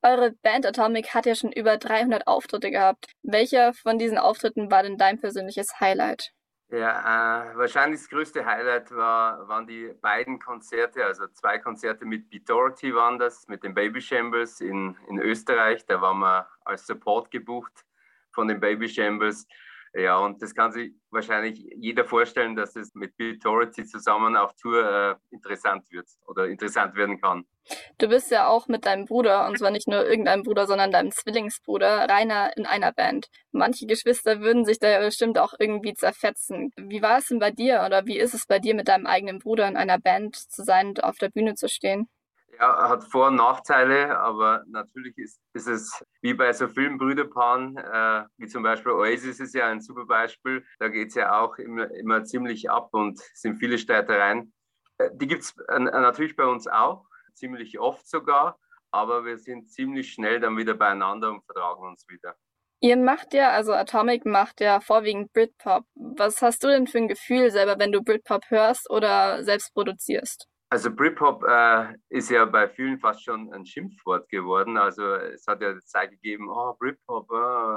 Eure Band Atomic hat ja schon über 300 Auftritte gehabt. Welcher von diesen Auftritten war denn dein persönliches Highlight? Ja, wahrscheinlich das größte Highlight waren die beiden Konzerte, also zwei Konzerte mit Beat Dorothy waren das, mit den Baby Shambles in Österreich. Da waren wir als Support gebucht von den Baby Shambles. Ja, und das kann sich wahrscheinlich jeder vorstellen, dass es mit Beat Dorothy zusammen auf Tour interessant wird oder interessant werden kann. Du bist ja auch mit deinem Bruder, und zwar nicht nur irgendeinem Bruder, sondern deinem Zwillingsbruder, Rainer, in einer Band. Manche Geschwister würden sich da ja bestimmt auch irgendwie zerfetzen. Wie war es denn bei dir oder wie ist es bei dir, mit deinem eigenen Bruder in einer Band zu sein und auf der Bühne zu stehen? Ja, hat Vor- und Nachteile, aber natürlich ist es wie bei so vielen Brüderpaaren, wie zum Beispiel Oasis ist ja ein super Beispiel. Da geht es ja auch immer ziemlich ab und sind viele Streitereien. Die gibt es natürlich bei uns auch, ziemlich oft sogar, aber wir sind ziemlich schnell dann wieder beieinander und vertragen uns wieder. Ihr macht ja, also Atomic macht ja vorwiegend Britpop. Was hast du denn für ein Gefühl selber, wenn du Britpop hörst oder selbst produzierst? Also Britpop ist ja bei vielen fast schon ein Schimpfwort geworden. Also es hat ja die Zeit gegeben, oh Britpop,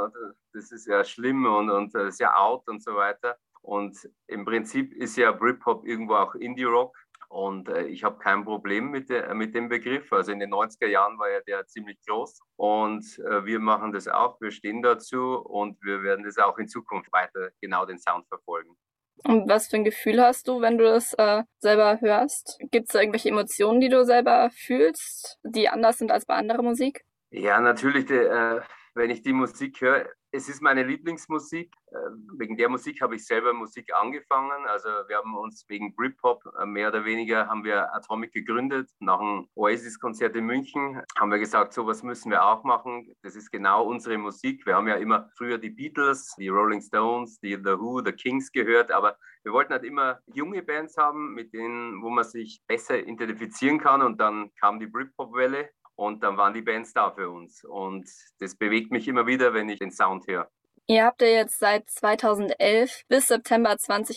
das ist ja schlimm und das ist ja out und so weiter. Und im Prinzip ist ja Britpop irgendwo auch Indie-Rock. Und ich habe kein Problem mit dem Begriff. Also in den 90er Jahren war ja der ziemlich groß. Und wir machen das auch, wir stehen dazu und wir werden das auch in Zukunft weiter genau den Sound verfolgen. Und was für ein Gefühl hast du, wenn du das selber hörst? Gibt es da irgendwelche Emotionen, die du selber fühlst, die anders sind als bei anderer Musik? Ja, natürlich, wenn ich die Musik höre, es ist meine Lieblingsmusik. Wegen der Musik habe ich selber Musik angefangen. Also wir haben uns wegen Britpop mehr oder weniger haben wir Atomic gegründet. Nach dem Oasis-Konzert in München haben wir gesagt, sowas müssen wir auch machen. Das ist genau unsere Musik. Wir haben ja immer früher die Beatles, die Rolling Stones, die The Who, The Kings gehört, aber wir wollten halt immer junge Bands haben, mit denen, wo man sich besser identifizieren kann. Und dann kam die Britpop-Welle. Und dann waren die Bands da für uns. Und das bewegt mich immer wieder, wenn ich den Sound höre. Ihr habt ja jetzt seit 2011 bis September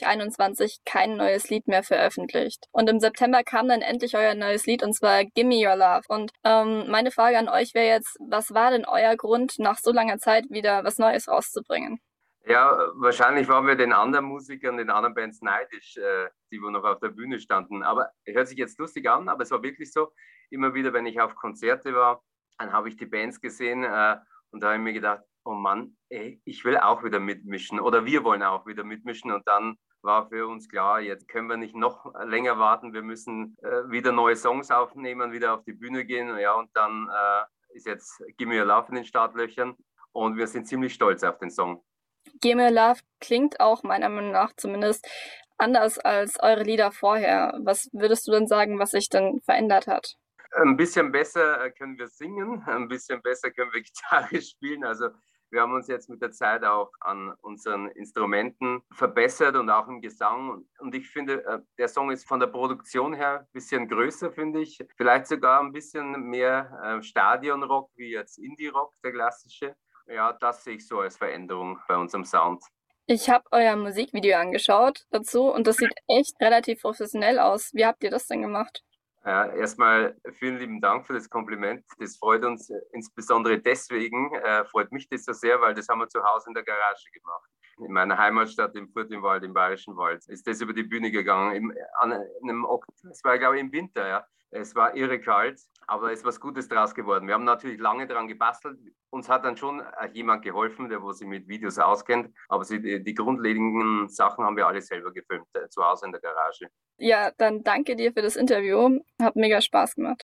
2021 kein neues Lied mehr veröffentlicht. Und im September kam dann endlich euer neues Lied, und zwar Gimme Your Love. Und meine Frage an euch wäre jetzt, was war denn euer Grund, nach so langer Zeit wieder was Neues rauszubringen? Ja, wahrscheinlich waren wir den anderen Musikern, den anderen Bands neidisch, die wo noch auf der Bühne standen. Aber hört sich jetzt lustig an, aber es war wirklich so, immer wieder, wenn ich auf Konzerte war, dann habe ich die Bands gesehen und da habe ich mir gedacht, oh Mann, ey, ich will auch wieder mitmischen oder wir wollen auch wieder mitmischen. Und dann war für uns klar, jetzt können wir nicht noch länger warten, wir müssen wieder neue Songs aufnehmen, wieder auf die Bühne gehen. Ja, und dann ist jetzt Gimme Your Love in den Startlöchern und wir sind ziemlich stolz auf den Song. Gimme Your Love klingt auch meiner Meinung nach zumindest anders als eure Lieder vorher. Was würdest du denn sagen, was sich denn verändert hat? Ein bisschen besser können wir singen, ein bisschen besser können wir Gitarre spielen. Also wir haben uns jetzt mit der Zeit auch an unseren Instrumenten verbessert und auch im Gesang. Und ich finde, der Song ist von der Produktion her ein bisschen größer, finde ich. Vielleicht sogar ein bisschen mehr Stadionrock wie jetzt Indie-Rock, der klassische. Ja, das sehe ich so als Veränderung bei unserem Sound. Ich habe euer Musikvideo angeschaut dazu und das sieht echt relativ professionell aus. Wie habt ihr das denn gemacht? Erstmal vielen lieben Dank für das Kompliment. Das freut uns insbesondere deswegen, freut mich das so sehr, weil das haben wir zu Hause in der Garage gemacht. In meiner Heimatstadt im Furt im Wald, im Bayerischen Wald, ist das über die Bühne gegangen. Es war, glaube ich, im Winter, ja. Es war irre kalt, aber es ist was Gutes draus geworden. Wir haben natürlich lange daran gebastelt. Uns hat dann schon jemand geholfen, der wo sich mit Videos auskennt. Aber die grundlegenden Sachen haben wir alle selber gefilmt, zu Hause in der Garage. Ja, dann danke dir für das Interview. Hat mega Spaß gemacht.